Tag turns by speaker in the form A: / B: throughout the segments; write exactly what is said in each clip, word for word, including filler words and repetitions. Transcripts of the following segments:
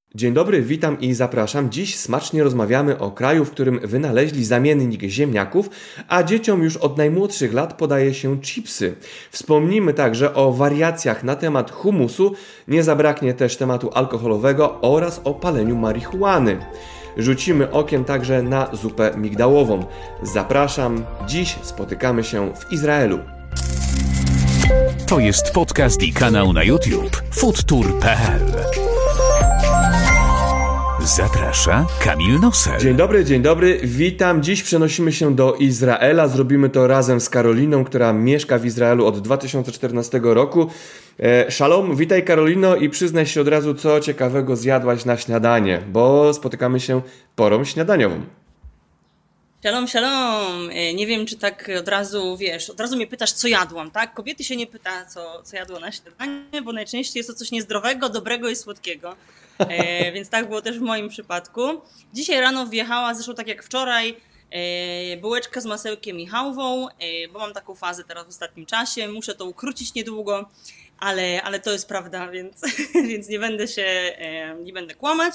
A: Dzień dobry, witam i zapraszam. Dziś smacznie rozmawiamy o kraju, w którym wynaleźli zamiennik ziemniaków, a dzieciom już od najmłodszych lat podaje się chipsy. Wspomnimy także o wariacjach na temat humusu, nie zabraknie też tematu alkoholowego oraz o paleniu marihuany. Rzucimy okiem także na zupę migdałową. Zapraszam, dziś spotykamy się w Izraelu.
B: To jest podcast i kanał na YouTube foodtour kropka p l. Zaprasza Kamil Nosel.
A: Dzień dobry, dzień dobry, witam. Dziś przenosimy się do Izraela. Zrobimy to razem z Karoliną, która mieszka w Izraelu od dwa tysiące czternastego roku. E, Shalom, witaj Karolino i przyznaj się od razu, co ciekawego zjadłaś na śniadanie, bo spotykamy się porą śniadaniową.
C: Shalom, shalom. Nie wiem, czy tak od razu, wiesz, od razu mnie pytasz, co jadłam, tak? Kobiety się nie pyta, co, co jadło na śniadanie, bo najczęściej jest to coś niezdrowego, dobrego i słodkiego. E, więc tak było też w moim przypadku. Dzisiaj rano wjechała, zresztą tak jak wczoraj, e, bułeczka z masełkiem i chałwą, e, bo mam taką fazę teraz w ostatnim czasie, muszę to ukrócić niedługo, ale, ale to jest prawda, więc, więc nie będę się, e, nie będę kłamać.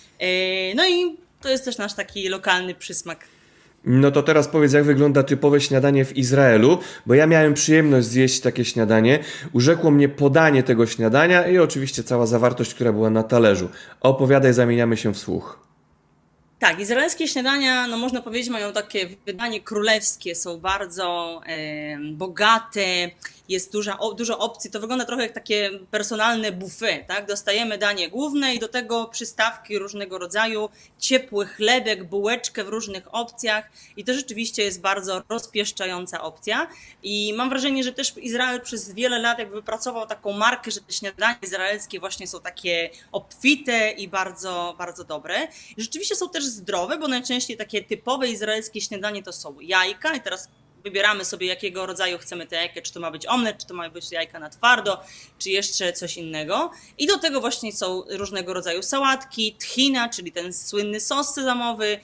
C: E, no i to jest też nasz taki lokalny przysmak.
A: No to teraz powiedz, jak wygląda typowe śniadanie w Izraelu, bo ja miałem przyjemność zjeść takie śniadanie. Urzekło mnie podanie tego śniadania i oczywiście cała zawartość, która była na talerzu. Opowiadaj, zamieniamy się w słuch.
C: Tak, izraelskie śniadania, no można powiedzieć, mają takie wydanie królewskie, są bardzo e, bogate, jest duża, o, dużo opcji, to wygląda trochę jak takie personalne buffet, tak? Dostajemy danie główne i do tego przystawki różnego rodzaju, ciepły chlebek, bułeczkę w różnych opcjach i to rzeczywiście jest bardzo rozpieszczająca opcja i mam wrażenie, że też Izrael przez wiele lat jakby wypracował taką markę, że te śniadania izraelskie właśnie są takie obfite i bardzo, bardzo dobre. I rzeczywiście są też zdrowe, bo najczęściej takie typowe izraelskie śniadanie to są jajka i teraz wybieramy sobie, jakiego rodzaju chcemy te jajka, czy to ma być omlet, czy to ma być jajka na twardo, czy jeszcze coś innego. I do tego właśnie są różnego rodzaju sałatki, tchina, czyli ten słynny sos sezamowy.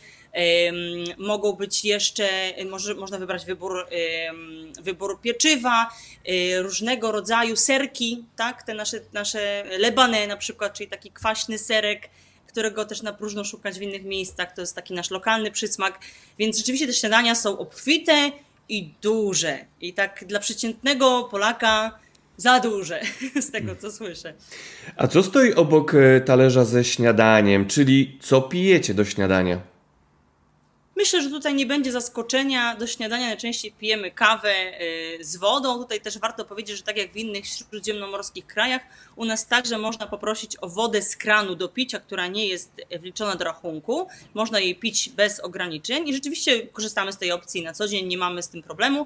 C: Um, mogą być jeszcze, może, można wybrać wybór, um, wybór pieczywa, um, różnego rodzaju serki, tak? Te nasze, nasze lebane na przykład, czyli taki kwaśny serek, którego też na próżno szukać w innych miejscach. To jest taki nasz lokalny przysmak. Więc rzeczywiście te śniadania są obfite i duże. I tak dla przeciętnego Polaka za duże, z tego co słyszę.
A: A co stoi obok talerza ze śniadaniem, czyli co pijecie do śniadania?
C: Myślę, że tutaj nie będzie zaskoczenia. Do śniadania najczęściej pijemy kawę z wodą. Tutaj też warto powiedzieć, że tak jak w innych śródziemnomorskich krajach, u nas także można poprosić o wodę z kranu do picia, która nie jest wliczona do rachunku. Można jej pić bez ograniczeń i rzeczywiście korzystamy z tej opcji na co dzień, nie mamy z tym problemu.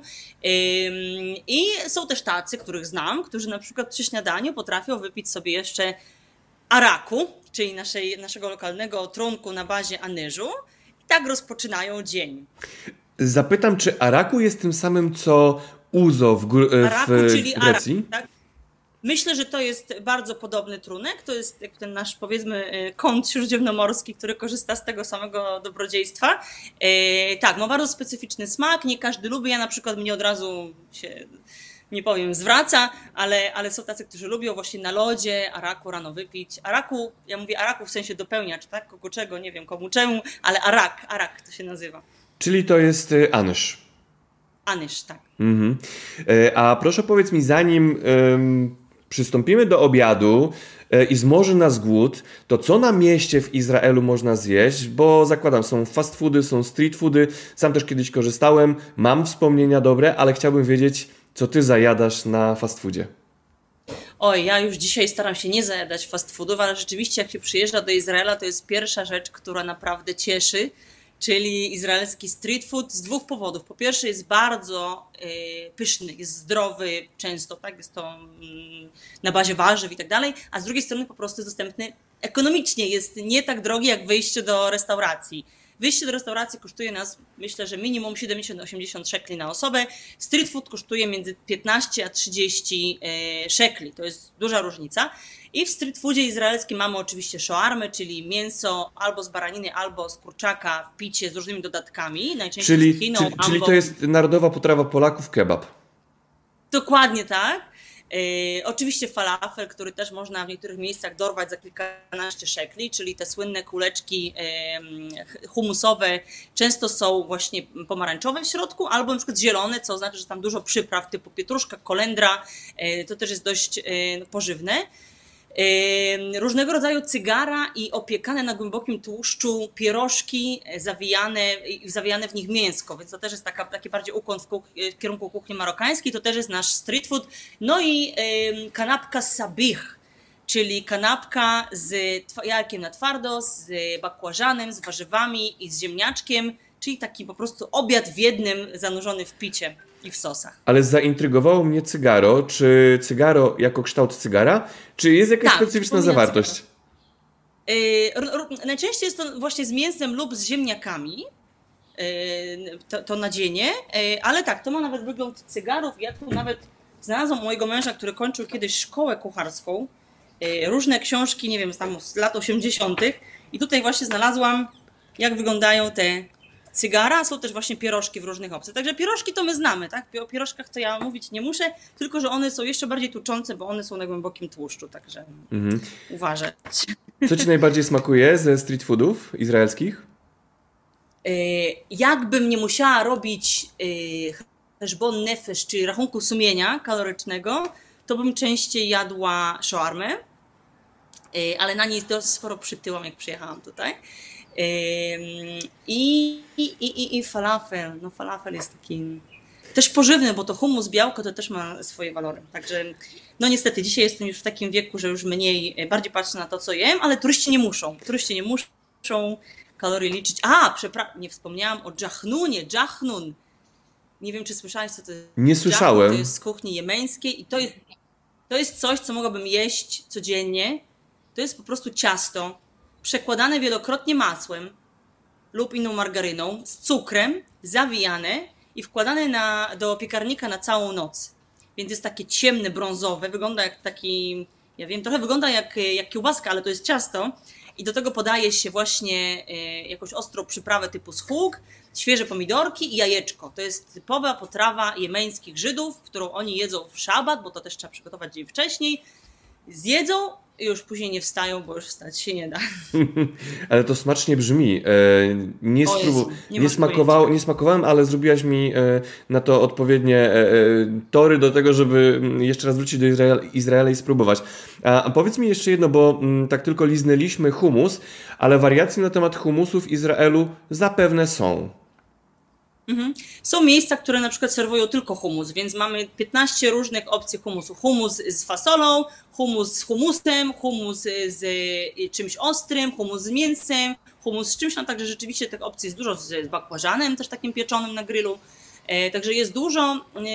C: I są też tacy, których znam, którzy na przykład przy śniadaniu potrafią wypić sobie jeszcze araku, czyli naszej, naszego lokalnego trunku na bazie anyżu. Tak rozpoczynają dzień.
A: Zapytam, czy araku jest tym samym, co uzo w, gr- w
C: araku, czyli
A: Grecji?
C: Araku, tak? Myślę, że to jest bardzo podobny trunek. To jest ten nasz, powiedzmy, kąt śródziemnomorski, który korzysta z tego samego dobrodziejstwa. E, tak, ma bardzo specyficzny smak. Nie każdy lubi. Ja na przykład mnie od razu się... nie powiem, zwraca, ale, ale są tacy, którzy lubią właśnie na lodzie araku rano wypić. Araku, ja mówię araku w sensie dopełniacz, tak? Kogo czego, nie wiem komu czemu, ale arak, arak to się nazywa.
A: Czyli to jest y, anyż.
C: Anyż, tak.
A: Mhm. Y, a proszę powiedz mi, zanim y, przystąpimy do obiadu y, i zmoży nas głód, to co na mieście w Izraelu można zjeść? Bo zakładam, są fast foody, są street foody. Sam też kiedyś korzystałem, mam wspomnienia dobre, ale chciałbym wiedzieć, co ty zajadasz na fast foodzie?
C: Oj, ja już dzisiaj staram się nie zajadać fast foodów, ale rzeczywiście jak się przyjeżdża do Izraela, to jest pierwsza rzecz, która naprawdę cieszy, czyli izraelski street food z dwóch powodów. Po pierwsze jest bardzo y, pyszny, jest zdrowy często, tak, jest to y, na bazie warzyw i tak dalej, a z drugiej strony po prostu jest dostępny ekonomicznie, jest nie tak drogi jak wyjście do restauracji. Wyjście do restauracji kosztuje nas, myślę, że minimum siedemdziesiąt do osiemdziesięciu szekli na osobę. Street food kosztuje między piętnaście a trzydzieści szekli. To jest duża różnica. I w street foodzie izraelskim mamy oczywiście shawarmę, czyli mięso albo z baraniny, albo z kurczaka w picie z różnymi dodatkami. Najczęściej
A: czyli,
C: z chiną,
A: czyli, czyli to jest narodowa potrawa Polaków, kebab.
C: Dokładnie tak. E, oczywiście falafel, który też można w niektórych miejscach dorwać za kilkanaście szekli, czyli te słynne kuleczki e, humusowe często są właśnie pomarańczowe w środku, albo na przykład zielone, co oznacza, że tam dużo przypraw typu pietruszka, kolendra, e, to też jest dość e, pożywne. Różnego rodzaju cygara i opiekane na głębokim tłuszczu pierożki zawijane, zawijane w nich mięsko, więc to też jest taka, taki bardziej ukłon w, kuch- w kierunku kuchni marokańskiej, to też jest nasz street food. No i y, kanapka sabich, czyli kanapka z jajkiem na twardo, z bakłażanem, z warzywami i z ziemniaczkiem, czyli taki po prostu obiad w jednym zanurzony w picie i w sosach.
A: Ale zaintrygowało mnie cygaro. Czy cygaro jako kształt cygara? Czy jest jakaś
C: Tak,
A: specyficzna zawartość?
C: Yy, r- r- najczęściej jest to właśnie z mięsem lub z ziemniakami, yy, to, to nadzienie, yy, ale tak, to ma nawet wygląd cygarów. Ja tu nawet znalazłam u mojego męża, który kończył kiedyś szkołę kucharską, yy, różne książki, nie wiem, z tam z lat osiemdziesiątych i tutaj właśnie znalazłam, jak wyglądają te cygara, są też właśnie pierożki w różnych opcjach. Także pierożki to my znamy, tak? O pierożkach to ja mówić nie muszę, tylko że one są jeszcze bardziej tuczące, bo one są na głębokim tłuszczu, także mhm. uważać.
A: Co ci najbardziej smakuje ze street foodów izraelskich?
C: Jakbym nie musiała robić heszbon nefesh, czyli rachunku sumienia kalorycznego, to bym częściej jadła shawarmę, ale na niej dość sporo przytyłam, jak przyjechałam tutaj. I, i, i, i falafel, no falafel jest taki też pożywny, bo to hummus, białko to też ma swoje walory, także no niestety dzisiaj jestem już w takim wieku, że już mniej, bardziej patrzę na to, co jem, ale turyści nie muszą, turyści nie muszą kalorii liczyć. A, przepraszam, nie wspomniałam o dżachnunie, dżachnun, nie wiem, czy słyszałeś, co to jest.
A: Nie słyszałem.
C: To jest z kuchni jemeńskiej i to jest, to jest coś, co mogłabym jeść codziennie, to jest po prostu ciasto przekładane wielokrotnie masłem lub inną margaryną z cukrem, zawijane i wkładane na, do piekarnika na całą noc. Więc jest takie ciemne, brązowe, wygląda jak taki, ja wiem, trochę wygląda jak, jak kiełbaska, ale to jest ciasto. I do tego podaje się właśnie e, jakąś ostrą przyprawę typu schług, świeże pomidorki i jajeczko. To jest typowa potrawa jemeńskich Żydów, którą oni jedzą w szabat, bo to też trzeba przygotować dzień wcześniej. Zjedzą i już później nie wstają, bo już wstać się nie da.
A: Ale to smacznie brzmi. Nie,
C: Jezu,
A: spróbu-
C: nie
A: nie, smakowało, nie smakowałem, ale zrobiłaś mi na to odpowiednie tory do tego, żeby jeszcze raz wrócić do Izraela, Izraela i spróbować. A powiedz mi jeszcze jedno, bo tak tylko liznęliśmy hummus, ale wariacje na temat hummusu w Izraelu zapewne są.
C: Mhm. Są miejsca, które na przykład serwują tylko hummus, więc mamy piętnaście różnych opcji hummusu. Hummus z fasolą, hummus z humusem, hummus z czymś ostrym, hummus z mięsem, hummus z czymś, no także rzeczywiście tych opcji jest dużo, z bakłażanem też takim pieczonym na grillu, e, także jest dużo e,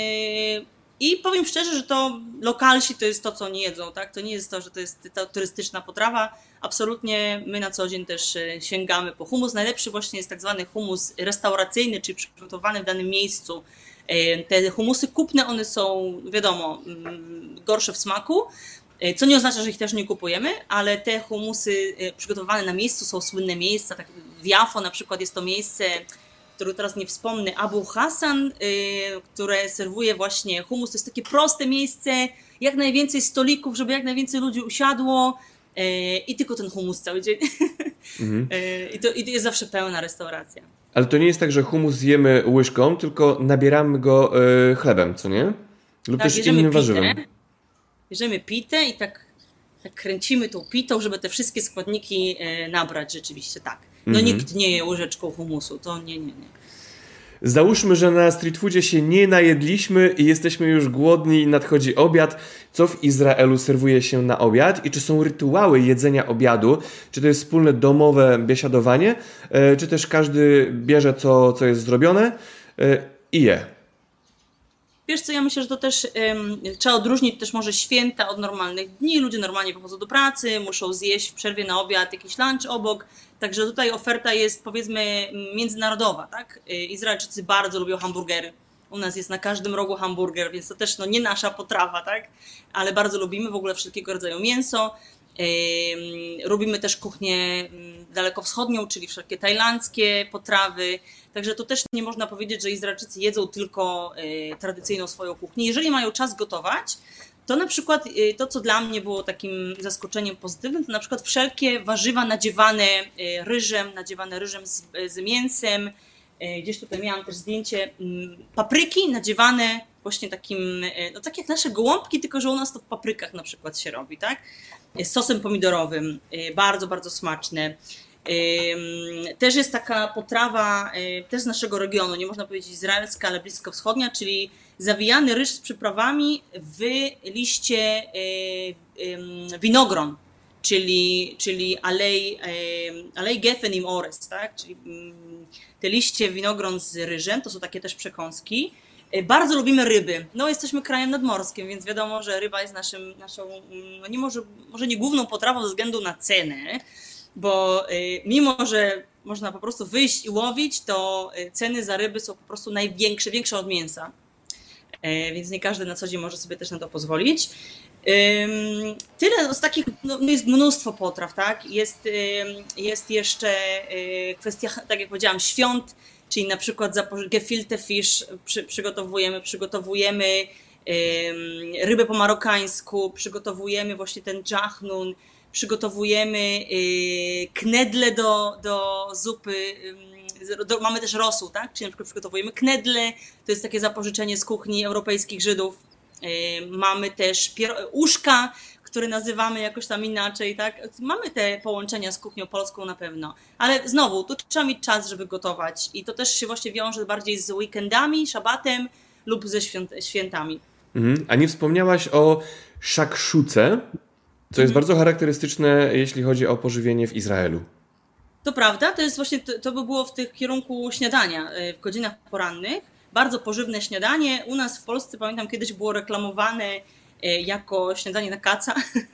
C: i powiem szczerze, że to lokalsi to jest to, co nie jedzą, tak? To nie jest to, że to jest ta turystyczna potrawa. Absolutnie my na co dzień też sięgamy po hummus. Najlepszy właśnie jest tak zwany hummus restauracyjny, czyli przygotowany w danym miejscu. Te humusy kupne, one są, wiadomo, gorsze w smaku, co nie oznacza, że ich też nie kupujemy, ale te humusy przygotowane na miejscu są słynne miejsca. Tak w Jafo na przykład jest to miejsce, którego teraz nie wspomnę, Abu Hassan, które serwuje właśnie hummus. To jest takie proste miejsce, jak najwięcej stolików, żeby jak najwięcej ludzi usiadło i tylko ten hummus cały dzień. Mhm. I, to, I to jest zawsze pełna restauracja.
A: Ale to nie jest tak, że hummus zjemy łyżką, tylko nabieramy go y, chlebem, co nie? Lub
C: tak,
A: też innym pitę, warzywem.
C: Bierzemy pitę i tak, tak kręcimy tą pitą, żeby te wszystkie składniki nabrać rzeczywiście, tak. No mhm. Nikt nie je łyżeczką hummusu, to nie, nie, nie.
A: Załóżmy, że na street foodzie się nie najedliśmy i jesteśmy już głodni i nadchodzi obiad. Co w Izraelu serwuje się na obiad i czy są rytuały jedzenia obiadu? Czy to jest wspólne domowe biesiadowanie, czy też każdy bierze co, co jest zrobione i je?
C: Wiesz co, ja myślę, że to też um, trzeba odróżnić też może święta od normalnych dni. Ludzie normalnie pochodzą do pracy, muszą zjeść w przerwie na obiad jakiś lunch obok. Także tutaj oferta jest powiedzmy międzynarodowa, tak? Izraelczycy bardzo lubią hamburgery. U nas jest na każdym rogu hamburger, więc to też no, nie nasza potrawa, tak? Ale bardzo lubimy w ogóle wszelkiego rodzaju mięso. Yy, robimy też kuchnię dalekowschodnią, czyli wszelkie tajlandzkie potrawy. Także to też nie można powiedzieć, że Izraelczycy jedzą tylko yy, tradycyjną swoją kuchnię. Jeżeli mają czas gotować, to na przykład, to co dla mnie było takim zaskoczeniem pozytywnym, to na przykład wszelkie warzywa nadziewane ryżem, nadziewane ryżem z, z mięsem. Gdzieś tutaj miałam też zdjęcie papryki nadziewane właśnie takim, no tak jak nasze gołąbki, tylko że u nas to w paprykach na przykład się robi, tak? Z sosem pomidorowym, bardzo, bardzo smaczne. Też jest taka potrawa, też z naszego regionu, nie można powiedzieć izraelska, ale bliskowschodnia, czyli zawijany ryż z przyprawami w liście winogron, czyli, czyli alej, alej gefenim ores, tak? Czyli te liście winogron z ryżem, to są takie też przekąski. Bardzo lubimy ryby. No, jesteśmy krajem nadmorskim, więc wiadomo, że ryba jest naszym, naszą, no nie może, może nie główną potrawą ze względu na cenę, bo mimo, że można po prostu wyjść i łowić, to ceny za ryby są po prostu największe, większe od mięsa. Więc nie każdy na co dzień może sobie też na to pozwolić. Tyle z takich, no jest mnóstwo potraw, tak? Jest, jest jeszcze kwestia, tak jak powiedziałam, świąt, czyli na przykład gefilte fish przy, przygotowujemy, przygotowujemy rybę po marokańsku, przygotowujemy właśnie ten jachnun, przygotowujemy knedle do, do zupy, do, mamy też rosół, tak? Czyli na przykład przygotowujemy knedle, to jest takie zapożyczenie z kuchni europejskich Żydów. Mamy też uszka, które nazywamy jakoś tam inaczej, tak? Mamy te połączenia z kuchnią polską na pewno, ale znowu, tu trzeba mieć czas, żeby gotować i to też się właśnie wiąże bardziej z weekendami, szabatem lub ze świąt, świętami.
A: Mhm. A nie wspomniałaś o szakszuce, co jest mhm. bardzo charakterystyczne, jeśli chodzi o pożywienie w Izraelu.
C: To prawda, to jest właśnie, to, to by było w tych kierunku śniadania, w godzinach porannych. Bardzo pożywne śniadanie. U nas w Polsce, pamiętam, kiedyś było reklamowane jako śniadanie na kaca.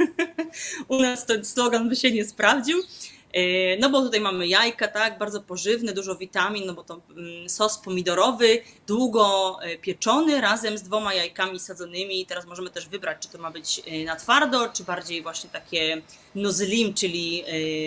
C: U nas ten slogan by się nie sprawdził. No bo tutaj mamy jajka, tak, bardzo pożywne, dużo witamin, no bo to sos pomidorowy, długo pieczony razem z dwoma jajkami sadzonymi. I teraz możemy też wybrać, czy to ma być na twardo, czy bardziej właśnie takie nozlim, czyli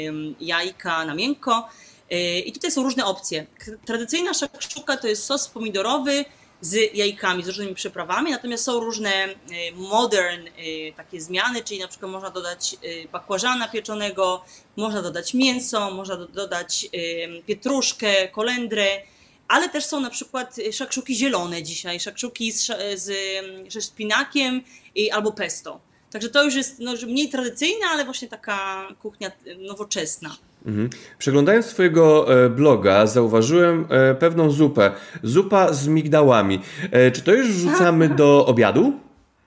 C: jajka na miękko. I tutaj są różne opcje. Tradycyjna szakszuka to jest sos pomidorowy z jajkami, z różnymi przyprawami, natomiast są różne modern takie zmiany, czyli na przykład można dodać bakłażana pieczonego, można dodać mięso, można dodać pietruszkę, kolendrę, ale też są na przykład szakszuki zielone dzisiaj, szakszuki z, z, ze szpinakiem albo pesto. Także to już jest no, mniej tradycyjna, ale właśnie taka kuchnia nowoczesna.
A: Mhm. Przeglądając twojego bloga, zauważyłem pewną zupę. Zupa z migdałami. Czy to już wrzucamy do obiadu?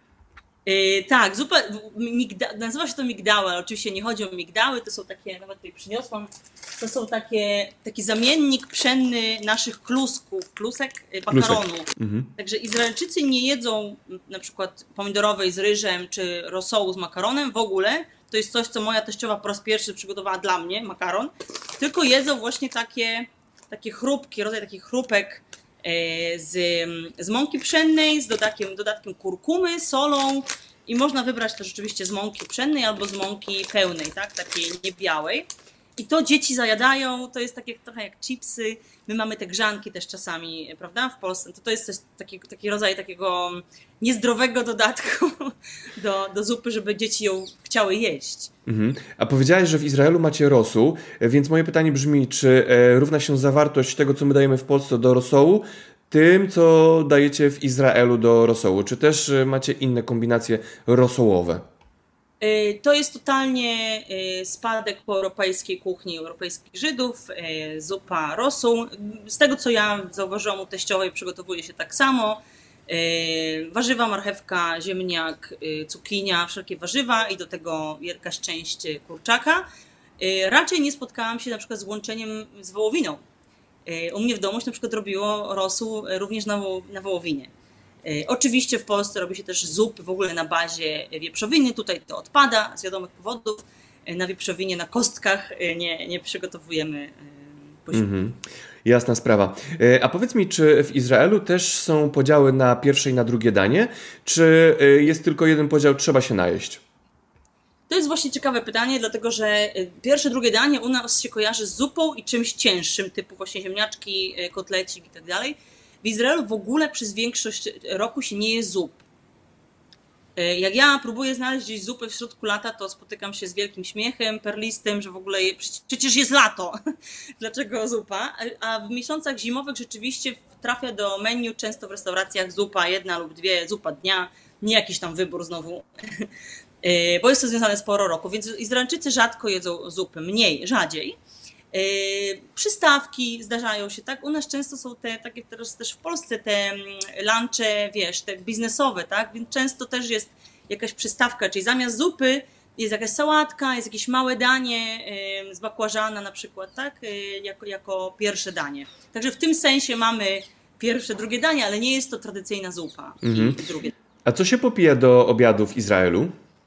C: Yy, tak, zupa, migda, nazywa się to migdały, ale oczywiście nie chodzi o migdały, to są takie, nawet tutaj przyniosłam, to są takie, taki zamiennik pszenny naszych klusków, klusek, makaronu. Mhm. Także Izraelczycy nie jedzą na przykład pomidorowej z ryżem czy rosołu z makaronem w ogóle. To jest coś, co moja teściowa po raz pierwszy przygotowała dla mnie, makaron, tylko jedzą właśnie takie, takie chrupki, rodzaj takich chrupek z, z mąki pszennej, z dodatkiem, dodatkiem kurkumy, solą i można wybrać to rzeczywiście z mąki pszennej albo z mąki pełnej, tak, takiej niebiałej. I to dzieci zajadają, to jest takie trochę jak chipsy. My mamy te grzanki też czasami, prawda, w Polsce. To, to jest też taki, taki rodzaj takiego niezdrowego dodatku do, do zupy, żeby dzieci ją chciały jeść. Mhm.
A: A powiedziałeś, że w Izraelu macie rosół, więc moje pytanie brzmi, czy równa się zawartość tego, co my dajemy w Polsce do rosołu, tym, co dajecie w Izraelu do rosołu? Czy też macie inne kombinacje rosołowe?
C: To jest totalnie spadek po europejskiej kuchni, europejskich Żydów, zupa rosół. Z tego, co ja zauważyłam u teściowej, przygotowuje się tak samo. Warzywa, marchewka, ziemniak, cukinia, wszelkie warzywa i do tego jakaś część kurczaka. Raczej nie spotkałam się na przykład z łączeniem z wołowiną. U mnie w domu się na przykład robiło rosół również na, wo- na wołowinie. Oczywiście w Polsce robi się też zupy w ogóle na bazie wieprzowiny, tutaj to odpada z wiadomych powodów. Na wieprzowinie, na kostkach nie, nie przygotowujemy posiłku. Mm-hmm.
A: Jasna sprawa. A powiedz mi, czy w Izraelu też są podziały na pierwsze i na drugie danie, czy jest tylko jeden podział, trzeba się najeść?
C: To jest właśnie ciekawe pytanie, dlatego że pierwsze, drugie danie u nas się kojarzy z zupą i czymś cięższym, typu właśnie ziemniaczki, kotlecik i tak dalej. W Izraelu w ogóle przez większość roku się nie je zup. Jak ja próbuję znaleźć gdzieś zupę w środku lata, to spotykam się z wielkim śmiechem perlistym, że w ogóle je, przecież jest lato, dlaczego zupa? A w miesiącach zimowych rzeczywiście trafia do menu często w restauracjach zupa jedna lub dwie, zupa dnia, nie jakiś tam wybór znowu, bo jest to związane z porą roku, więc Izraelczycy rzadko jedzą zupy, mniej, rzadziej. Przystawki zdarzają się, tak? U nas często są te, tak jak teraz też w Polsce, te lunche, wiesz, te biznesowe, tak? Więc często też jest jakaś przystawka, czyli zamiast zupy jest jakaś sałatka, jest jakieś małe danie z bakłażana na przykład, tak? Jako, jako pierwsze danie. Także w tym sensie mamy pierwsze, drugie danie, ale nie jest to tradycyjna zupa. Mhm. Drugie.
A: A co się popija do obiadu w Izraelu?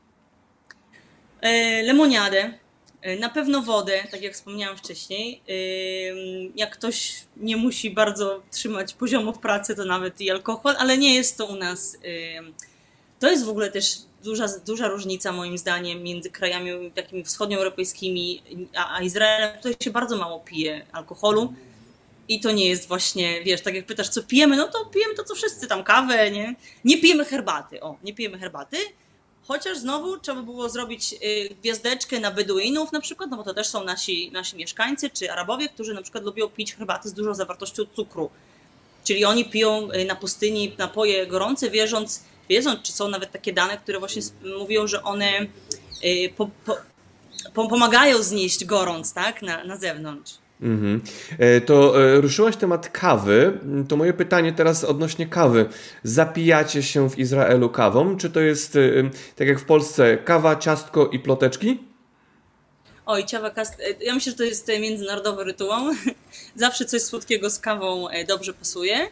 C: Lemoniadę. Na pewno wodę, tak jak wspomniałam wcześniej. Jak ktoś nie musi bardzo trzymać poziomu w pracy, to nawet i alkohol, ale nie jest to u nas. To jest w ogóle też duża, duża różnica moim zdaniem między krajami takimi wschodnioeuropejskimi a, a Izraelem. Tutaj się bardzo mało pije alkoholu i to nie jest właśnie, wiesz, tak jak pytasz, co pijemy, no to pijemy to, co wszyscy, tam kawę, nie? Nie pijemy herbaty, o, nie pijemy herbaty. Chociaż znowu trzeba by było zrobić gwiazdeczkę na Beduinów na przykład, no bo to też są nasi, nasi mieszkańcy, czy Arabowie, którzy na przykład lubią pić herbaty z dużą zawartością cukru. Czyli oni piją na pustyni napoje gorące, wierząc, wiedząc, czy są nawet takie dane, które właśnie mówią, że one po, po, po, pomagają znieść gorąc, tak, na, na zewnątrz.
A: Mhm. To ruszyłaś temat kawy. To moje pytanie teraz odnośnie kawy. Zapijacie się w Izraelu kawą? Czy to jest tak jak w Polsce kawa, ciastko i ploteczki?
C: Oj, ciawa kast... Ja myślę, że to jest międzynarodowy rytuał. Zawsze coś słodkiego z kawą dobrze pasuje.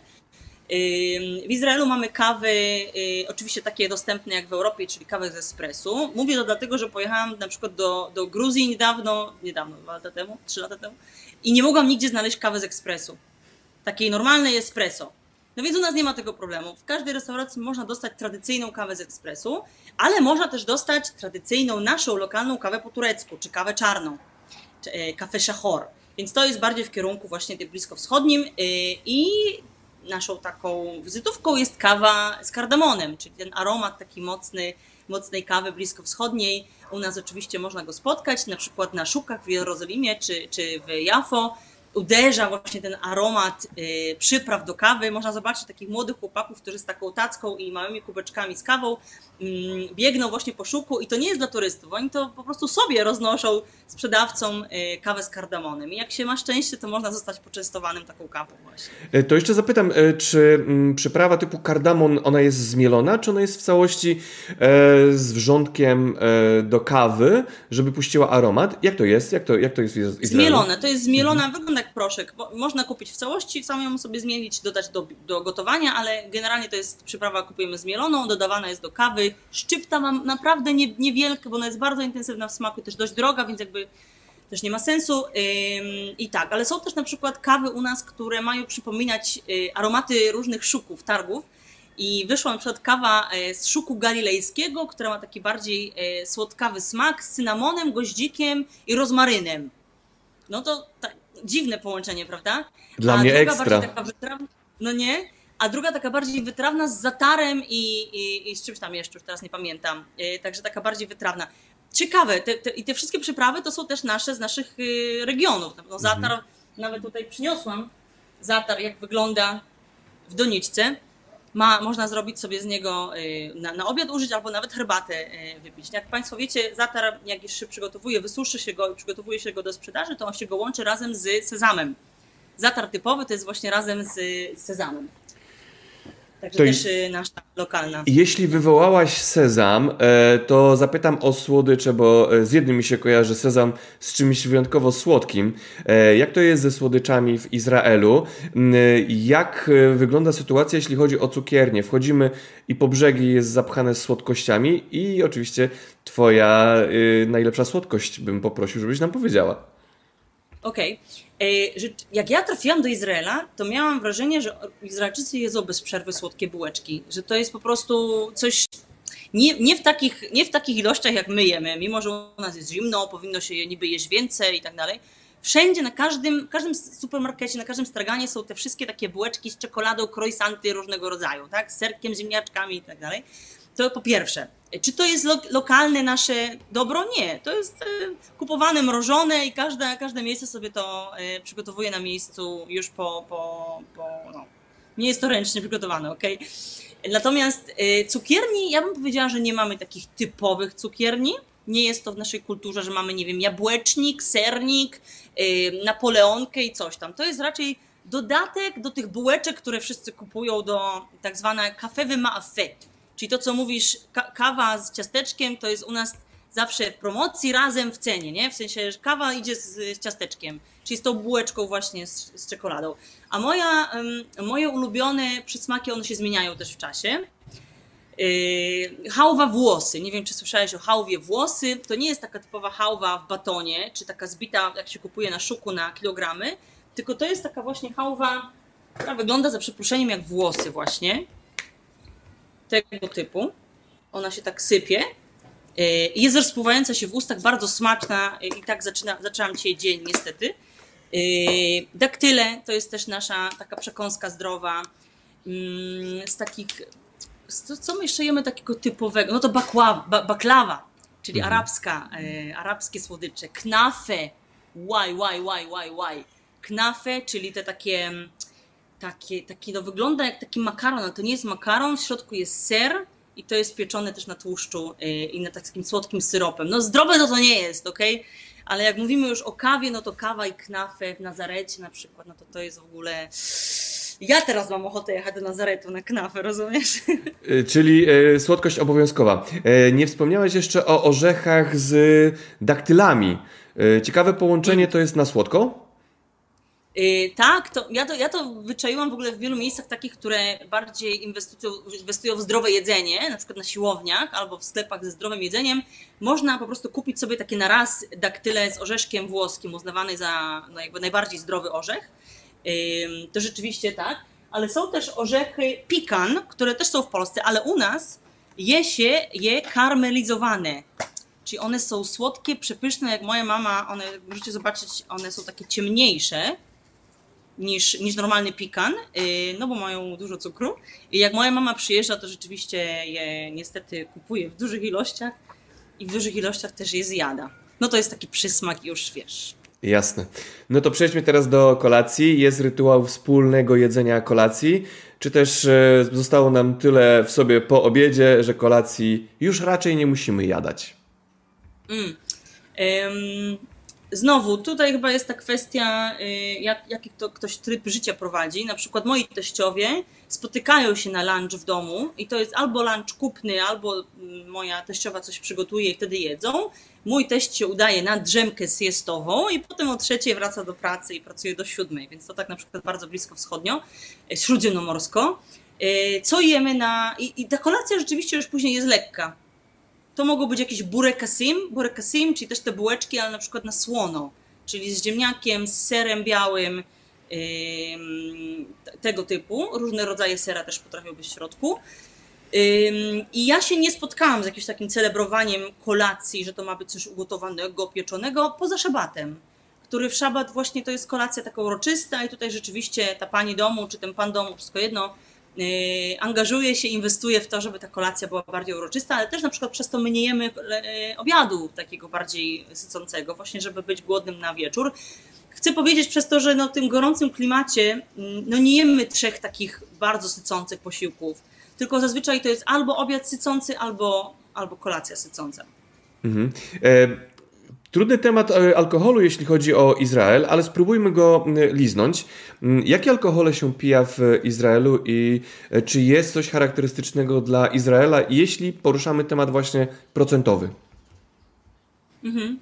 C: W Izraelu mamy kawy, oczywiście takie dostępne jak w Europie, czyli kawę z espresso. Mówię to dlatego, że pojechałam na przykład do, do Gruzji niedawno, niedawno, dwa lata temu, trzy lata temu i nie mogłam nigdzie znaleźć kawy z espresso. Takiej normalnej espresso. No więc u nas nie ma tego problemu. W każdej restauracji można dostać tradycyjną kawę z espresso, ale można też dostać tradycyjną naszą lokalną kawę po turecku, czy kawę czarną, czy kawę szachor. Więc to jest bardziej w kierunku właśnie tym bliskowschodnim i naszą taką wizytówką jest kawa z kardamonem, czyli ten aromat taki mocny, mocnej kawy bliskowschodniej. U nas oczywiście można go spotkać, na przykład na Szukach w Jerozolimie czy, czy w Jafo. Uderza właśnie ten aromat y, przypraw do kawy. Można zobaczyć takich młodych chłopaków, którzy z taką tacką i małymi kubeczkami z kawą y, biegną właśnie po Szuku i to nie jest dla turystów. Oni to po prostu sobie roznoszą sprzedawcom y, kawę z kardamonem. I jak się ma szczęście, to można zostać poczęstowanym taką kawą właśnie.
A: To jeszcze zapytam, czy przyprawa typu kardamon, ona jest zmielona, czy ona jest w całości e, z wrzątkiem e, do kawy, żeby puściła aromat? Jak to jest? Jak to, jak to jest w Izraelu?
C: Zmielone. To jest zmielona, mhm. wygląda jak proszek. Bo można kupić w całości, samą ją sobie zmielić, dodać do, do gotowania, ale generalnie to jest przyprawa, kupujemy zmieloną, dodawana jest do kawy. Szczypta mam naprawdę nie, niewielkie, bo ona jest bardzo intensywna w smaku, też dość droga, więc jakby też nie ma sensu. I tak, ale są też na przykład kawy u nas, które mają przypominać aromaty różnych szuków, targów. I wyszła na przykład kawa z szuku galilejskiego, która ma taki bardziej słodkawy smak z cynamonem, goździkiem i rozmarynem. No to tak, dziwne połączenie, prawda?
A: Dla
C: A
A: mnie
C: druga
A: ekstra.
C: bardziej taka wytrawna, no nie? A druga taka bardziej wytrawna z zatarem i, i, i z czymś tam jeszcze, już teraz nie pamiętam. Także taka bardziej wytrawna. Ciekawe, te, te, i te wszystkie przyprawy to są też nasze z naszych regionów. No, zatar, mhm. nawet tutaj przyniosłam zatar, jak wygląda w doniczce. Ma, można zrobić sobie z niego na, na obiad użyć albo nawet herbatę wypić. Jak Państwo wiecie, zatar, jak już się przygotowuje, wysuszy się go i przygotowuje się go do sprzedaży, to on się go łączy razem z sezamem. Zatar typowy to jest właśnie razem z, z sezamem. Także to też i... nasza lokalna.
A: Jeśli wywołałaś sezam, to zapytam o słodycze, bo z jednym mi się kojarzy sezam z czymś wyjątkowo słodkim. Jak to jest ze słodyczami w Izraelu? Jak wygląda sytuacja, jeśli chodzi o cukiernię? Wchodzimy i po brzegi jest zapchane słodkościami i oczywiście twoja najlepsza słodkość bym poprosił, żebyś nam powiedziała.
C: Okej. Okay. Jak ja trafiłam do Izraela, to miałam wrażenie, że Izraelczycy jedzą bez przerwy słodkie bułeczki. Że to jest po prostu coś nie, nie, w takich, nie w takich ilościach, jak my jemy. Mimo że u nas jest zimno, powinno się je niby jeść więcej i tak dalej. Wszędzie, na każdym, każdym supermarkecie, na każdym straganie są te wszystkie takie bułeczki z czekoladą, croissanty różnego rodzaju, tak? Z serkiem, ziemniaczkami i tak dalej. To po pierwsze. Czy to jest lo lokalne nasze dobro? Nie. To jest e, kupowane, mrożone i każde, każde miejsce sobie to e, przygotowuje na miejscu już po, po, po no. Nie jest to ręcznie przygotowane, ok? Natomiast e, cukierni, ja bym powiedziała, że nie mamy takich typowych cukierni. Nie jest to w naszej kulturze, że mamy, nie wiem, jabłecznik, sernik, e, napoleonkę i coś tam. To jest raczej dodatek do tych bułeczek, które wszyscy kupują do tak zwane café de mafé. Czyli to, co mówisz, ka kawa z ciasteczkiem, to jest u nas zawsze w promocji razem w cenie, nie? W sensie, że kawa idzie z, z ciasteczkiem, czyli z tą bułeczką właśnie z, z czekoladą. A moja, um, moje ulubione przysmaki, one się zmieniają też w czasie. Yy, hałwa włosy. Nie wiem, czy słyszałeś o hałwie włosy. To nie jest taka typowa hałwa w batonie, czy taka zbita, jak się kupuje na szuku na kilogramy, tylko to jest taka właśnie hałwa, która wygląda za przeproszeniem jak włosy właśnie. Tego typu. Ona się tak sypie. Jest rozpływająca się w ustach, bardzo smaczna i tak zaczyna, zaczęłam dzisiaj dzień niestety. Daktyle to jest też nasza taka przekąska zdrowa. Z takich, co my jeszcze jemy takiego typowego? No to bakława, baklawa, czyli mhm. arabska, arabskie słodycze. Knafe, łaj, łaj, łaj, łaj, łaj. Knafe, czyli te takie... Takie, taki, no wygląda jak taki makaron, ale to nie jest makaron, w środku jest ser i to jest pieczone też na tłuszczu yy, i na takim słodkim syropem. No zdrowe to to nie jest, okej? Okay? Ale jak mówimy już o kawie, no to kawa i knafę w Nazarecie na przykład, no to to jest w ogóle... Ja teraz mam ochotę jechać do Nazaretu na knafę, rozumiesz?
A: Czyli y, słodkość obowiązkowa. Y, nie wspomniałeś jeszcze o orzechach z daktylami. Y, ciekawe połączenie to jest na słodko?
C: Yy, tak, to ja, to ja to wyczaiłam w ogóle w wielu miejscach takich, które bardziej inwestują, inwestują w zdrowe jedzenie, na przykład na siłowniach albo w sklepach ze zdrowym jedzeniem. Można po prostu kupić sobie takie na raz daktyle z orzeszkiem włoskim, uznawany za no jakby najbardziej zdrowy orzech. Yy, to rzeczywiście tak, ale są też orzechy pikan, które też są w Polsce, ale u nas je się je karmelizowane. Czyli one są słodkie, przepyszne, jak moja mama, one, możecie zobaczyć, one są takie ciemniejsze niż, niż normalny pikan, no bo mają dużo cukru. I jak moja mama przyjeżdża, to rzeczywiście je niestety kupuje w dużych ilościach i w dużych ilościach też je zjada. No to jest taki przysmak już, wiesz.
A: Jasne. No to przejdźmy teraz do kolacji. Jest rytuał wspólnego jedzenia kolacji, czy też e, zostało nam tyle w sobie po obiedzie, że kolacji już raczej nie musimy jadać?
C: Mm. Um, znowu, tutaj chyba jest ta kwestia, jak, jaki to ktoś tryb życia prowadzi. Na przykład moi teściowie spotykają się na lunch w domu i to jest albo lunch kupny, albo moja teściowa coś przygotuje i wtedy jedzą. Mój teść się udaje na drzemkę siestową i potem o trzeciej wraca do pracy i pracuje do siódmej, więc to tak na przykład bardzo blisko wschodnio, śródziemnomorsko. Co jemy na... I, i ta kolacja rzeczywiście już później jest lekka. To mogą być jakieś burekasim, burekasim, czyli też te bułeczki, ale na przykład na słono, czyli z ziemniakiem, z serem białym, yy, tego typu. Różne rodzaje sera też potrafią być w środku. Yy, I ja się nie spotkałam z jakimś takim celebrowaniem kolacji, że to ma być coś ugotowanego, pieczonego, poza szabatem, który w szabat właśnie to jest kolacja taka uroczysta i tutaj rzeczywiście ta pani domu, czy ten pan domu, wszystko jedno, angażuje się, inwestuje w to, żeby ta kolacja była bardziej uroczysta, ale też na przykład przez to my nie jemy obiadu takiego bardziej sycącego, właśnie żeby być głodnym na wieczór. Chcę powiedzieć przez to, że no, w tym gorącym klimacie no, nie jemy trzech takich bardzo sycących posiłków, tylko zazwyczaj to jest albo obiad sycący, albo, albo kolacja sycąca. Mhm.
A: E Trudny temat alkoholu, jeśli chodzi o Izrael, ale spróbujmy go liznąć. Jakie alkohole się pija w Izraelu i czy jest coś charakterystycznego dla Izraela, jeśli poruszamy temat właśnie procentowy?
C: Mhm.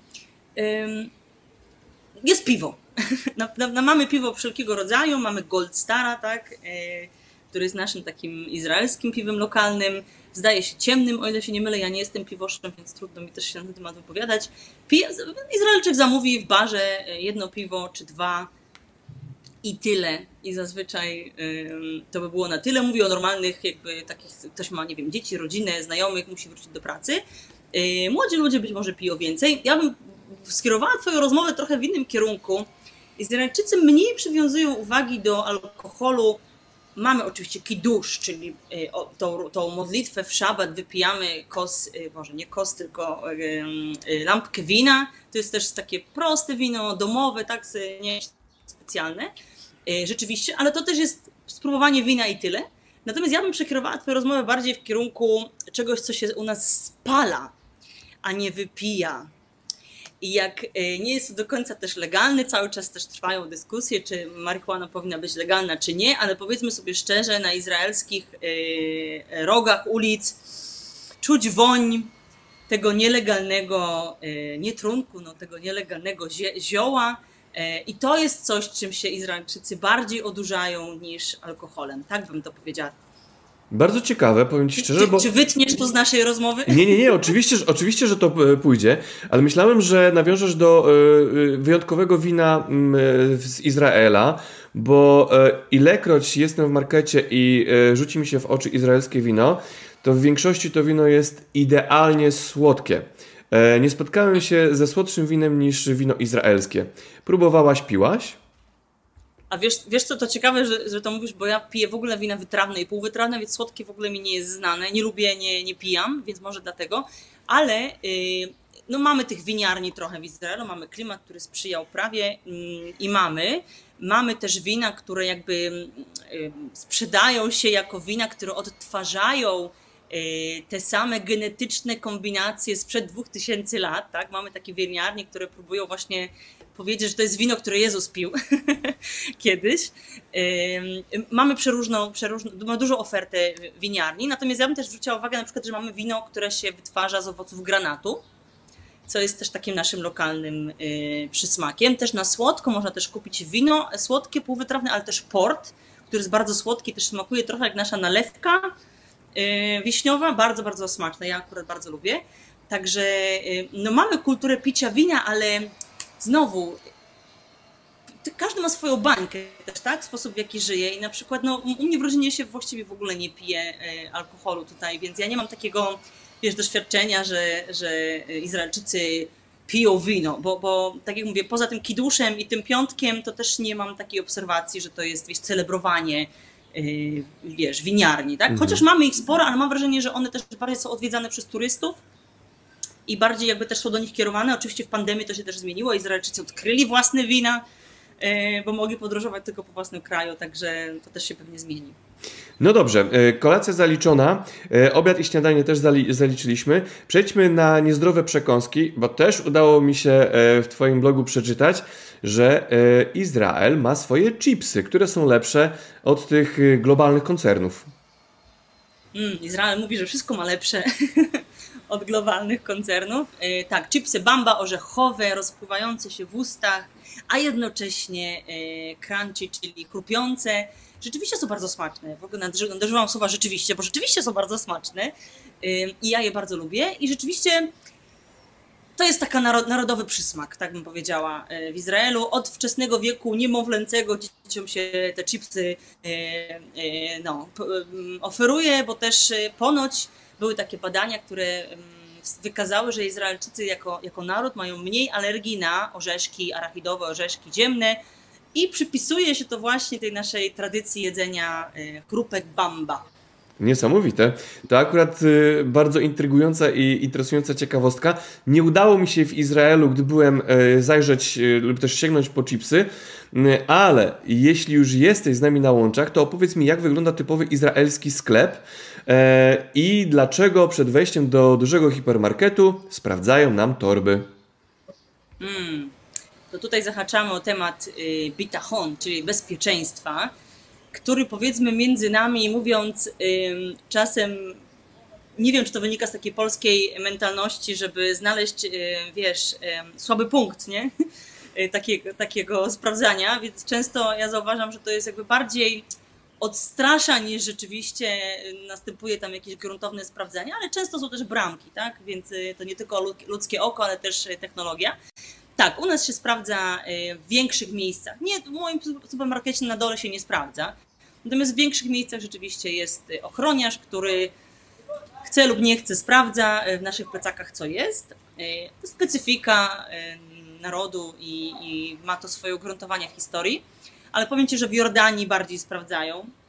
C: Jest piwo. No, no, mamy piwo wszelkiego rodzaju, mamy Gold Stara, tak, który jest naszym takim izraelskim piwem lokalnym. Zdaje się ciemnym, o ile się nie mylę, ja nie jestem piwoszem, więc trudno mi też się na ten temat wypowiadać. Izraelczyk zamówi w barze jedno piwo czy dwa i tyle. I zazwyczaj y, to by było na tyle. Mówię o normalnych, jakby takich, ktoś ma, nie wiem, dzieci, rodzinę, znajomych, musi wrócić do pracy. Y, młodzi ludzie być może piją więcej. Ja bym skierowała twoją rozmowę trochę w innym kierunku. Izraelczycy mniej przywiązują uwagi do alkoholu mamy oczywiście kiddusz, czyli tą, tą modlitwę w szabat wypijamy kos, może nie kos, tylko lampkę wina. To jest też takie proste wino, domowe, tak, nie specjalne. Rzeczywiście, ale to też jest spróbowanie wina i tyle. Natomiast ja bym przekierowała twoją rozmowę bardziej w kierunku czegoś, co się u nas spala, a nie wypija. I jak nie jest to do końca też legalny, cały czas też trwają dyskusje, czy marihuana powinna być legalna, czy nie, ale powiedzmy sobie szczerze, na izraelskich rogach ulic czuć woń tego nielegalnego, nie trunku, no tego nielegalnego zioła. I to jest coś, czym się Izraelczycy bardziej odurzają niż alkoholem. Tak bym to powiedziała.
A: Bardzo ciekawe, powiem Ci szczerze,
C: czy,
A: bo...
C: Czy wytniesz to z naszej rozmowy?
A: Nie, nie, nie, oczywiście, że, oczywiście, że to pójdzie, ale myślałem, że nawiążesz do wyjątkowego wina z Izraela, bo ilekroć jestem w markecie i rzuci mi się w oczy izraelskie wino, to w większości to wino jest idealnie słodkie. Nie spotkałem się ze słodszym winem niż wino izraelskie. Próbowałaś, piłaś?
C: A wiesz, wiesz co, to ciekawe, że, że to mówisz, bo ja piję w ogóle wina wytrawne i półwytrawne, więc słodkie w ogóle mi nie jest znane. Nie lubię, nie, nie pijam, więc może dlatego. Ale yy, no mamy tych winiarni trochę w Izraelu, mamy klimat, który sprzyjał prawie yy, i mamy. Mamy też wina, które jakby yy, sprzedają się jako wina, które odtwarzają te same genetyczne kombinacje sprzed dwóch tysięcy lat, tak? Mamy takie winiarnie, które próbują właśnie powiedzieć, że to jest wino, które Jezus pił kiedyś. Mamy przeróżną, przeróżną, ma dużą ofertę winiarni, natomiast ja bym też zwróciła uwagę na przykład, że mamy wino, które się wytwarza z owoców granatu, co jest też takim naszym lokalnym przysmakiem. Też na słodko można też kupić wino słodkie, półwytrawne, ale też port, który jest bardzo słodki, też smakuje trochę jak nasza nalewka wiśniowa, bardzo, bardzo smaczne. Ja akurat bardzo lubię. Także no mamy kulturę picia wina, ale znowu każdy ma swoją bańkę też, tak? Sposób, w jaki żyje. I na przykład no, u mnie w rodzinie się właściwie w ogóle nie pije alkoholu tutaj, więc ja nie mam takiego, wiesz, doświadczenia, że, że Izraelczycy piją wino, bo, bo tak jak mówię, poza tym kiduszem i tym piątkiem to też nie mam takiej obserwacji, że to jest, wiesz, celebrowanie Yy, wiesz, winiarni, tak? Chociaż mhm. mamy ich sporo, ale mam wrażenie, że one też bardziej są odwiedzane przez turystów i bardziej jakby też są do nich kierowane. Oczywiście w pandemii to się też zmieniło. Izraelczycy odkryli własne wina, yy, bo mogli podróżować tylko po własnym kraju, także to też się pewnie zmieni.
A: No dobrze, kolacja zaliczona, obiad i śniadanie też zali- zaliczyliśmy. Przejdźmy na niezdrowe przekąski, bo też udało mi się w Twoim blogu przeczytać, że Izrael ma swoje chipsy, które są lepsze od tych globalnych koncernów.
C: Mm, Izrael mówi, że wszystko ma lepsze od globalnych koncernów. Tak, chipsy Bamba orzechowe, rozpływające się w ustach, a jednocześnie crunchy, czyli chrupiące. Rzeczywiście są bardzo smaczne. W ogóle nadużywam słowa rzeczywiście, bo rzeczywiście są bardzo smaczne i ja je bardzo lubię. I rzeczywiście to jest taki narodowy przysmak, tak bym powiedziała, w Izraelu. Od wczesnego wieku niemowlęcego dzieciom się te chipsy no, oferuje, bo też ponoć były takie badania, które wykazały, że Izraelczycy jako, jako naród mają mniej alergii na orzeszki arachidowe, orzeszki ziemne. I przypisuje się to właśnie tej naszej tradycji jedzenia chrupek Bamba.
A: Niesamowite. To akurat y, bardzo intrygująca i interesująca ciekawostka. Nie udało mi się w Izraelu, gdy byłem, y, zajrzeć y, lub też sięgnąć po chipsy, y, ale jeśli już jesteś z nami na łączach, to opowiedz mi, jak wygląda typowy izraelski sklep y, i dlaczego przed wejściem do dużego hipermarketu sprawdzają nam torby.
C: Hmm. To tutaj zahaczamy o temat y, bitachon, czyli bezpieczeństwa, który powiedzmy między nami mówiąc y, czasem, nie wiem czy to wynika z takiej polskiej mentalności, żeby znaleźć, y, wiesz, y, słaby punkt, nie? Y, takiego, takiego sprawdzania, więc często ja zauważam, że to jest jakby bardziej odstrasza niż rzeczywiście następuje tam jakieś gruntowne sprawdzanie, ale często są też bramki, tak? Więc y, to nie tylko ludzkie oko, ale też technologia. Tak, u nas się sprawdza w większych miejscach. Nie, w moim supermarkecie na dole się nie sprawdza. Natomiast w większych miejscach rzeczywiście jest ochroniarz, który chce lub nie chce, sprawdza w naszych plecakach, co jest. To specyfika narodu i, i ma to swoje ugruntowanie w historii. Ale powiem Ci, że w Jordanii bardziej sprawdzają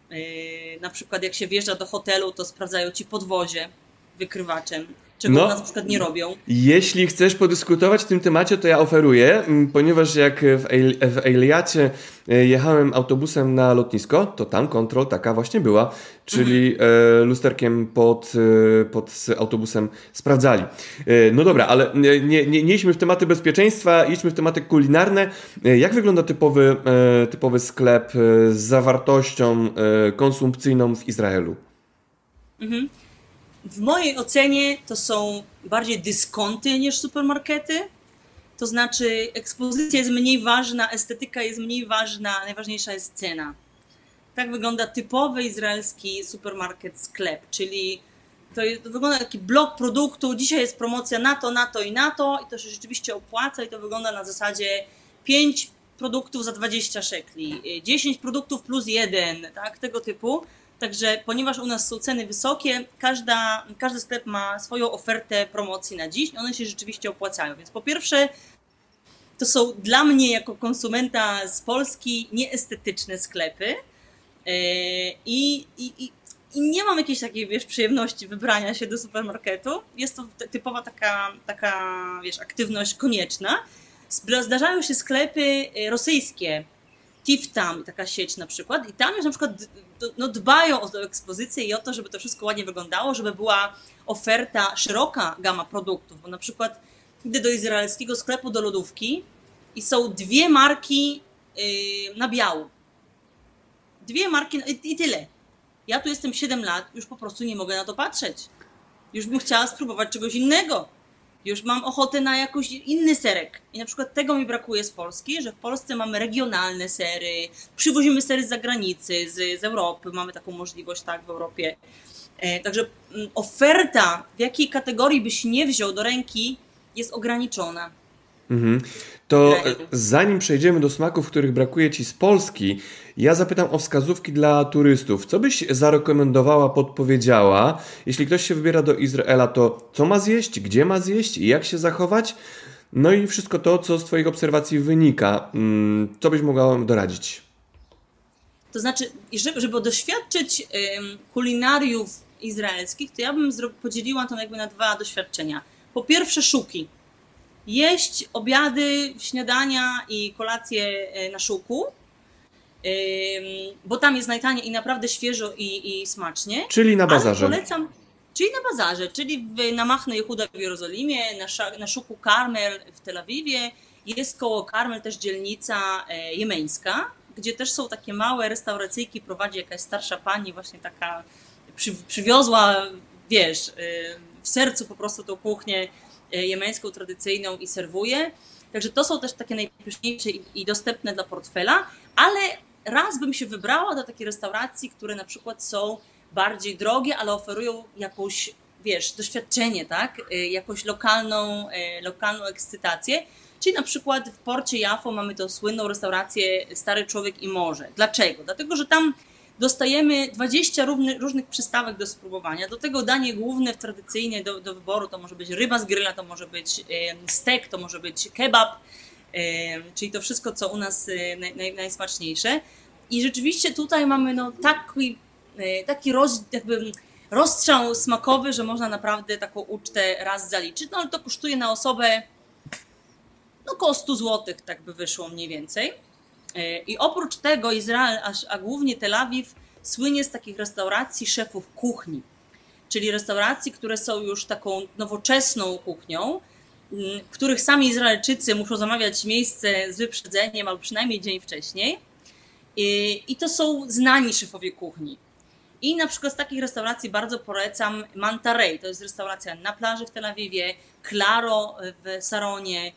C: Na przykład jak się wjeżdża do hotelu, to sprawdzają ci podwozie wykrywaczem, czego
A: No,
C: u nas na przykład nie robią.
A: Jeśli chcesz podyskutować w tym temacie, to ja oferuję, ponieważ jak w, Eil w Eiliacie jechałem autobusem na lotnisko, to tam kontrol taka właśnie była, czyli mhm. lusterkiem pod, pod autobusem sprawdzali. No dobra, ale nie, nie, nie idźmy w tematy bezpieczeństwa, idźmy w tematy kulinarne. Jak wygląda typowy, typowy sklep z zawartością konsumpcyjną w Izraelu?
C: Mhm. W mojej ocenie to są bardziej dyskonty niż supermarkety. To znaczy ekspozycja jest mniej ważna, estetyka jest mniej ważna, najważniejsza jest cena. Tak wygląda typowy izraelski supermarket, sklep, czyli to, jest, to wygląda taki blok produktu, dzisiaj jest promocja na to, na to i na to i to się rzeczywiście opłaca i to wygląda na zasadzie pięć produktów za dwadzieścia szekli, dziesięć produktów plus jeden, tak, tego typu. Także ponieważ u nas są ceny wysokie, każda, każdy sklep ma swoją ofertę promocji na dziś i one się rzeczywiście opłacają. Więc po pierwsze, to są dla mnie jako konsumenta z Polski nieestetyczne sklepy i, i, i, i nie mam jakiejś takiej, wiesz, przyjemności wybrania się do supermarketu. Jest to typowa taka, taka wiesz, aktywność konieczna. Zdarzają się sklepy rosyjskie, Tiftam, taka sieć na przykład, i tam już na przykład no, dbają o tę ekspozycję i o to, żeby to wszystko ładnie wyglądało, żeby była oferta, szeroka gama produktów, bo na przykład idę do izraelskiego sklepu, do lodówki i są dwie marki yy, nabiału. Dwie marki i, i tyle. Ja tu jestem siedem lat, już po prostu nie mogę na to patrzeć. Już bym chciała spróbować czegoś innego. Już mam ochotę na jakiś inny serek. I na przykład tego mi brakuje z Polski, że w Polsce mamy regionalne sery, przywozimy sery z zagranicy, z, z Europy, mamy taką możliwość, tak, w Europie. E, także m, oferta, w jakiej kategorii byś nie wziął do ręki, jest ograniczona.
A: Mhm. To zanim przejdziemy do smaków, których brakuje Ci z Polski, ja zapytam o wskazówki dla turystów. Co byś zarekomendowała, podpowiedziała? Jeśli ktoś się wybiera do Izraela, to co ma zjeść, gdzie ma zjeść i jak się zachować? No i wszystko to, co z Twoich obserwacji wynika. Co byś mogła doradzić?
C: To znaczy, żeby, żeby doświadczyć um, kulinariów izraelskich, to ja bym podzieliła to jakby na dwa doświadczenia. Po pierwsze szuki. Jeść obiady, śniadania i kolacje na szuku, bo tam jest najtaniej i naprawdę świeżo i, i smacznie.
A: Czyli na bazarze.
C: Ale polecam, czyli na bazarze, czyli w, na Machne Jehuda w Jerozolimie, na, na szuku Karmel w Tel Awiwie. Jest koło Karmel też dzielnica jemeńska, gdzie też są takie małe restauracyjki, prowadzi jakaś starsza pani, właśnie taka przy, przywiozła, wiesz, w sercu po prostu tą kuchnię jemeńską, tradycyjną i serwuje. Także to są też takie najpyszniejsze i, i dostępne dla portfela, ale raz bym się wybrała do takiej restauracji, które na przykład są bardziej drogie, ale oferują jakąś, wiesz, doświadczenie, tak? Jakąś lokalną, lokalną ekscytację. Czyli na przykład w porcie Jafo mamy tą słynną restaurację Stary Człowiek i Morze. Dlaczego? Dlatego, że tam dostajemy dwadzieścia różnych, różnych przystawek do spróbowania. Do tego danie główne, tradycyjne do, do wyboru to może być ryba z gryla, to może być stek, to może być kebab, czyli to wszystko, co u nas naj, naj, najsmaczniejsze. I rzeczywiście tutaj mamy no, taki, taki roz, jakby rozstrzał smakowy, że można naprawdę taką ucztę raz zaliczyć. No ale to kosztuje na osobę no, około sto złotych, tak by wyszło mniej więcej. I oprócz tego Izrael, a głównie Tel Awiw, słynie z takich restauracji szefów kuchni, czyli restauracji, które są już taką nowoczesną kuchnią, w których sami Izraelczycy muszą zamawiać miejsce z wyprzedzeniem albo przynajmniej dzień wcześniej. I, i to są znani szefowie kuchni. I na przykład z takich restauracji bardzo polecam Mantarei, to jest restauracja na plaży w Tel Awiwie, Claro w Saronie,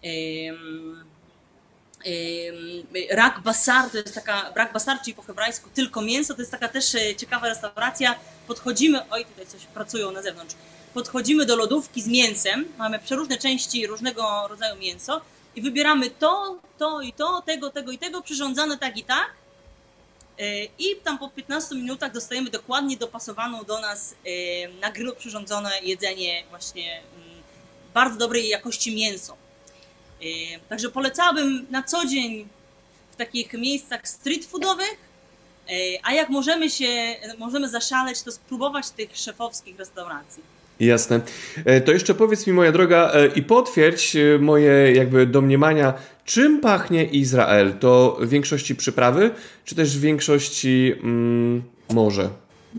C: Rak Basar, to jest taka, Rak Basar, czyli po hebrajsku tylko mięso, to jest taka też ciekawa restauracja. Podchodzimy, oj tutaj coś pracują na zewnątrz, podchodzimy do lodówki z mięsem, mamy przeróżne części różnego rodzaju mięso i wybieramy to, to i to, tego, tego i tego, przyrządzane tak i tak i tam po piętnastu minutach dostajemy dokładnie dopasowaną do nas na grillu przyrządzone jedzenie, właśnie bardzo dobrej jakości mięso. Także polecałabym na co dzień w takich miejscach street foodowych A jak możemy się, możemy zaszaleć, to spróbować tych szefowskich restauracji.
A: Jasne. To jeszcze powiedz mi, moja droga, i potwierdź moje jakby domniemania, czym pachnie Izrael? To w większości przyprawy, czy też w większości mm, morze?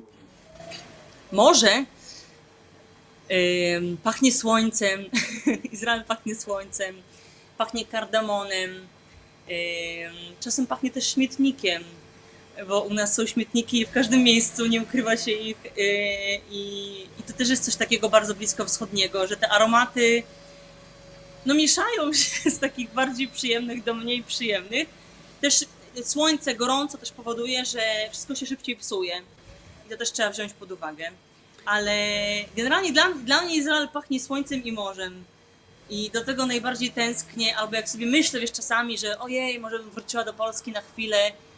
C: Morze yy, pachnie słońcem. Izrael pachnie słońcem, pachnie kardamonem, yy, czasem pachnie też śmietnikiem, bo u nas są śmietniki w każdym miejscu, nie ukrywa się ich yy, i, i to też jest coś takiego bardzo bliskowschodniego, że te aromaty no mieszają się z takich bardziej przyjemnych do mniej przyjemnych. Też słońce, gorąco też powoduje, że wszystko się szybciej psuje i to też trzeba wziąć pod uwagę. Ale generalnie dla, dla mnie Izrael pachnie słońcem i morzem i do tego najbardziej tęsknię, albo jak sobie myślę wiesz czasami, że ojej, może bym wróciła do Polski na chwilę,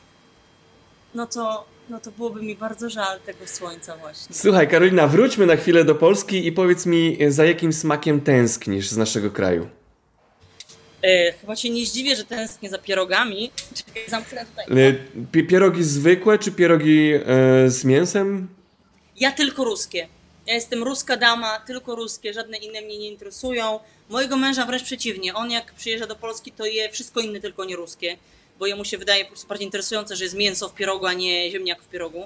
C: no to, no to byłoby mi bardzo żal tego słońca właśnie.
A: Słuchaj, Karolina, wróćmy na chwilę do Polski i powiedz mi, za jakim smakiem tęsknisz z naszego kraju?
C: E, chyba się nie zdziwię, że tęsknię za pierogami. Czekaj, zamknę tutaj.
A: E, pierogi zwykłe, czy pierogi e, z mięsem?
C: Ja tylko ruskie. Ja jestem ruska dama, tylko ruskie, żadne inne mnie nie interesują. Mojego męża wręcz przeciwnie. On jak przyjeżdża do Polski, to je wszystko inne, tylko nie ruskie. Bo jemu się wydaje po prostu bardziej interesujące, że jest mięso w pierogu, a nie ziemniak w pierogu.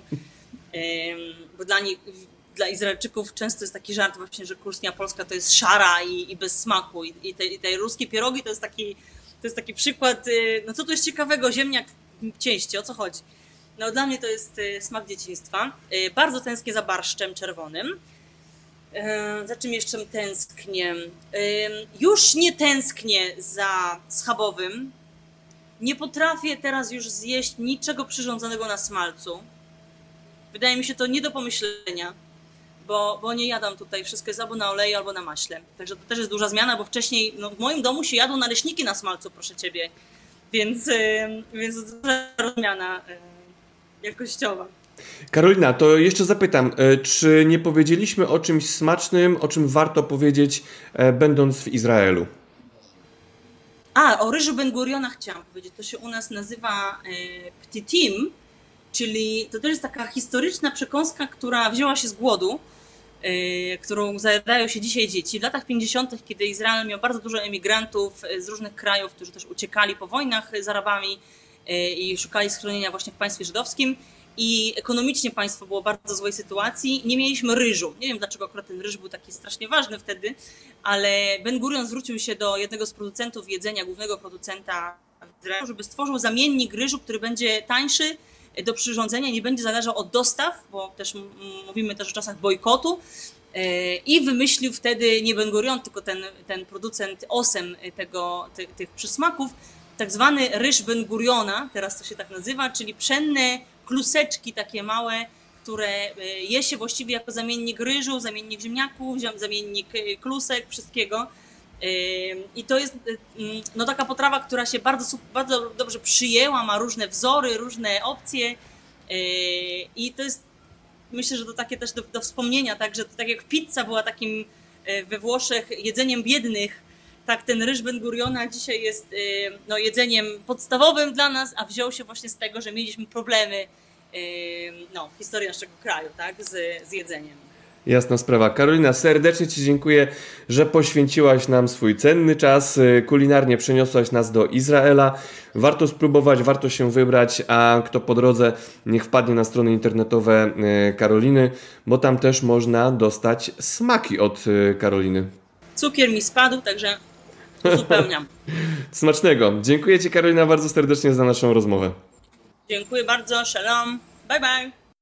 C: Bo dla nich, dla Izraelczyków często jest taki żart właśnie, że kuchnia polska to jest szara i, i bez smaku. I, i, te, I te ruskie pierogi to jest taki, to jest taki przykład, no co tu jest ciekawego, ziemniak w cieście, o co chodzi? No dla mnie to jest smak dzieciństwa. Bardzo tęsknię za barszczem czerwonym. Za czym jeszcze tęsknię? Już nie tęsknię za schabowym. Nie potrafię teraz już zjeść niczego przyrządzonego na smalcu. Wydaje mi się to nie do pomyślenia, bo, bo nie jadam tutaj. Wszystko jest albo na oleju, albo na maśle. Także to też jest duża zmiana, bo wcześniej no, w moim domu się jadło naleśniki na smalcu, proszę ciebie. Więc, więc to duża zmiana jakościowa.
A: Karolina, to jeszcze zapytam, czy nie powiedzieliśmy o czymś smacznym, o czym warto powiedzieć, będąc w Izraelu?
C: A, o ryżu Ben Guriona chciałam powiedzieć. To się u nas nazywa e, ptitim, czyli to też jest taka historyczna przekąska, która wzięła się z głodu, e, którą zajadają się dzisiaj dzieci. W latach pięćdziesiątych, kiedy Izrael miał bardzo dużo emigrantów z różnych krajów, którzy też uciekali po wojnach z Arabami e, i szukali schronienia właśnie w państwie żydowskim, i ekonomicznie państwo było w bardzo złej sytuacji. Nie mieliśmy ryżu. Nie wiem, dlaczego akurat ten ryż był taki strasznie ważny wtedy, ale Ben Gurion zwrócił się do jednego z producentów jedzenia, głównego producenta w Izraelu, żeby stworzył zamiennik ryżu, który będzie tańszy do przyrządzenia, nie będzie zależał od dostaw, bo też mówimy też o czasach bojkotu. I wymyślił wtedy nie Ben Gurion, tylko ten, ten producent Osem tego, ty, tych przysmaków, tak zwany ryż Ben Guriona, teraz to się tak nazywa, czyli pszenne kluseczki takie małe, które je się właściwie jako zamiennik ryżu, zamiennik ziemniaków, zamiennik klusek, wszystkiego. I to jest no, taka potrawa, która się bardzo, bardzo dobrze przyjęła, ma różne wzory, różne opcje i to jest, myślę, że to takie też do, do wspomnienia, tak, że to tak jak pizza była takim we Włoszech jedzeniem biednych, tak ten ryż Ben Guriona dzisiaj jest no, jedzeniem podstawowym dla nas, a wziął się właśnie z tego, że mieliśmy problemy no, w historii naszego kraju, tak, z, z jedzeniem.
A: Jasna sprawa. Karolina, serdecznie Ci dziękuję, że poświęciłaś nam swój cenny czas. Kulinarnie przeniosłaś nas do Izraela. Warto spróbować, warto się wybrać, a kto po drodze, niech wpadnie na strony internetowe Karoliny, bo tam też można dostać smaki od Karoliny.
C: Cukier mi spadł, także uzupełniam.
A: Smacznego. Dziękuję Ci, Karolina, bardzo serdecznie za naszą rozmowę.
C: Dziękuję bardzo. Shalom. Bye bye.